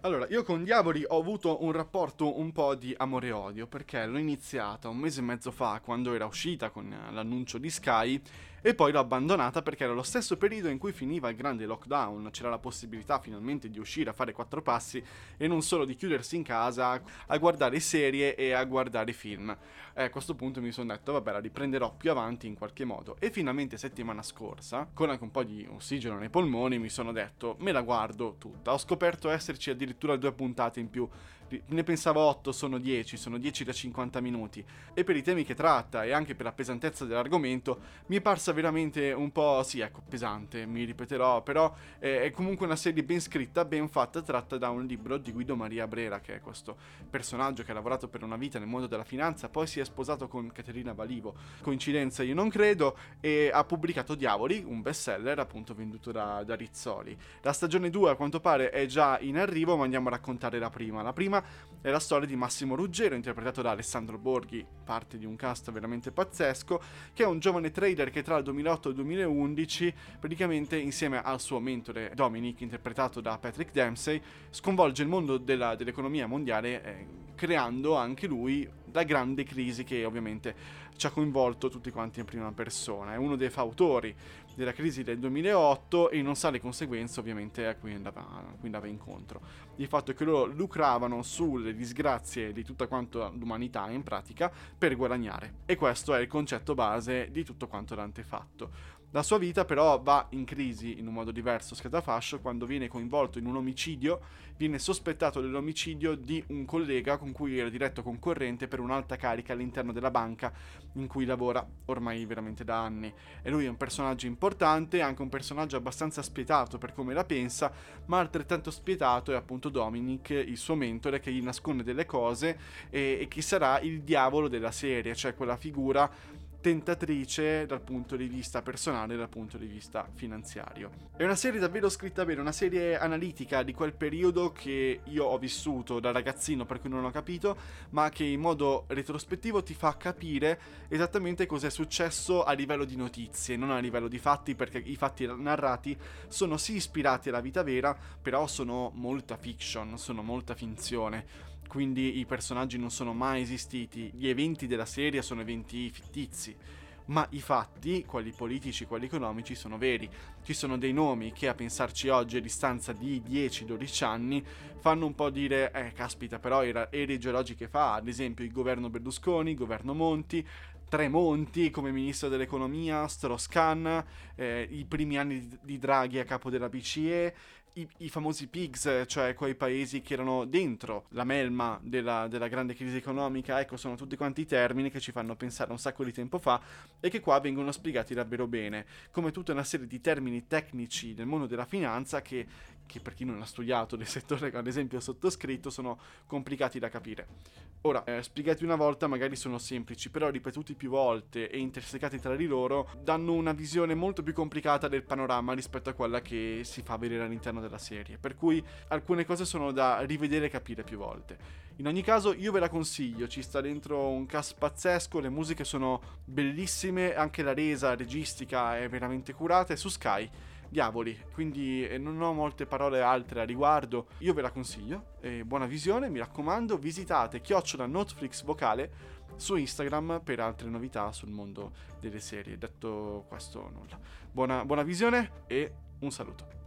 Allora, io con Diavoli ho avuto un rapporto un po' di amore e odio, perché l'ho iniziata un mese e mezzo fa, quando era uscita con l'annuncio di Sky, e poi l'ho abbandonata perché era lo stesso periodo in cui finiva il grande lockdown, c'era la possibilità finalmente di uscire a fare 4 passi e non solo di chiudersi in casa a guardare serie e a guardare film. E a questo punto mi sono detto, vabbè, la riprenderò più avanti in qualche modo. E finalmente settimana scorsa, con anche un po' di ossigeno nei polmoni, mi sono detto, me la guardo tutta. Ho scoperto esserci addirittura 2 puntate in più. Ne pensavo 8, sono 10 da 50 minuti. E per i temi che tratta e anche per la pesantezza dell'argomento, mi è parsa veramente un po', sì, ecco, pesante, mi ripeterò, però è comunque una serie ben scritta, ben fatta, tratta da un libro di Guido Maria Brera, che è questo personaggio che ha lavorato per una vita nel mondo della finanza, poi si è sposato con Caterina Valivo, coincidenza io non credo, e ha pubblicato Diavoli, un bestseller appunto venduto da Rizzoli. La stagione 2 a quanto pare è già in arrivo, ma andiamo a raccontare la prima. La prima è la storia di Massimo Ruggero, interpretato da Alessandro Borghi, parte di un cast veramente pazzesco, che è un giovane trader che tra il 2008 e il 2011, praticamente insieme al suo mentore Dominic, interpretato da Patrick Dempsey, sconvolge il mondo dell'economia mondiale, creando anche lui la grande crisi che ovviamente ci ha coinvolto tutti quanti in prima persona. È uno dei fautori della crisi del 2008 e non sa le conseguenze ovviamente a cui andava incontro. Il fatto è che loro lucravano sulle disgrazie di tutta quanto l'umanità in pratica per guadagnare, e questo è il concetto base di tutto quanto Dante fatto. La sua vita però va in crisi in un modo diverso, scatafascio, quando viene coinvolto in un omicidio, viene sospettato dell'omicidio di un collega con cui era diretto concorrente per un'alta carica all'interno della banca in cui lavora ormai veramente da anni. E lui è un personaggio importante, anche un personaggio abbastanza spietato per come la pensa, ma altrettanto spietato è appunto Dominic, il suo mentore, che gli nasconde delle cose e che sarà il diavolo della serie, cioè quella figura tentatrice dal punto di vista personale e dal punto di vista finanziario. È una serie davvero scritta bene, una serie analitica di quel periodo che io ho vissuto da ragazzino, per cui non ho capito, ma che in modo retrospettivo ti fa capire esattamente cosa è successo a livello di notizie, non a livello di fatti, perché i fatti narrati sono sì ispirati alla vita vera, però sono molta fiction, sono molta finzione. Quindi i personaggi non sono mai esistiti, gli eventi della serie sono eventi fittizi, ma i fatti, quelli politici, quelli economici, sono veri. Ci sono dei nomi che a pensarci oggi a distanza di 10-12 anni fanno un po' dire, caspita, però eri geologiche che fa, ad esempio il governo Berlusconi, il governo Monti, Tremonti come ministro dell'economia, Strauss-Kahn, i primi anni di Draghi a capo della BCE, i famosi PIGS, cioè quei paesi che erano dentro la melma della grande crisi economica. Ecco, sono tutti quanti i termini che ci fanno pensare un sacco di tempo fa e che qua vengono spiegati davvero bene, come tutta una serie di termini tecnici del mondo della finanza che per chi non ha studiato del settore, ad esempio sottoscritto, sono complicati da capire. Ora, spiegati una volta magari sono semplici, però ripetuti più volte e intersecati tra di loro danno una visione molto più complicata del panorama rispetto a quella che si fa vedere all'interno della serie, per cui alcune cose sono da rivedere e capire più volte. In ogni caso io ve la consiglio, ci sta dentro un cast pazzesco, le musiche sono bellissime, anche la resa registica è veramente curata, è su Sky. Diavoli, quindi non ho molte parole altre a riguardo, io ve la consiglio, buona visione, mi raccomando, visitate @Notflix vocale su Instagram per altre novità sul mondo delle serie. Detto questo, nulla. Buona visione e un saluto.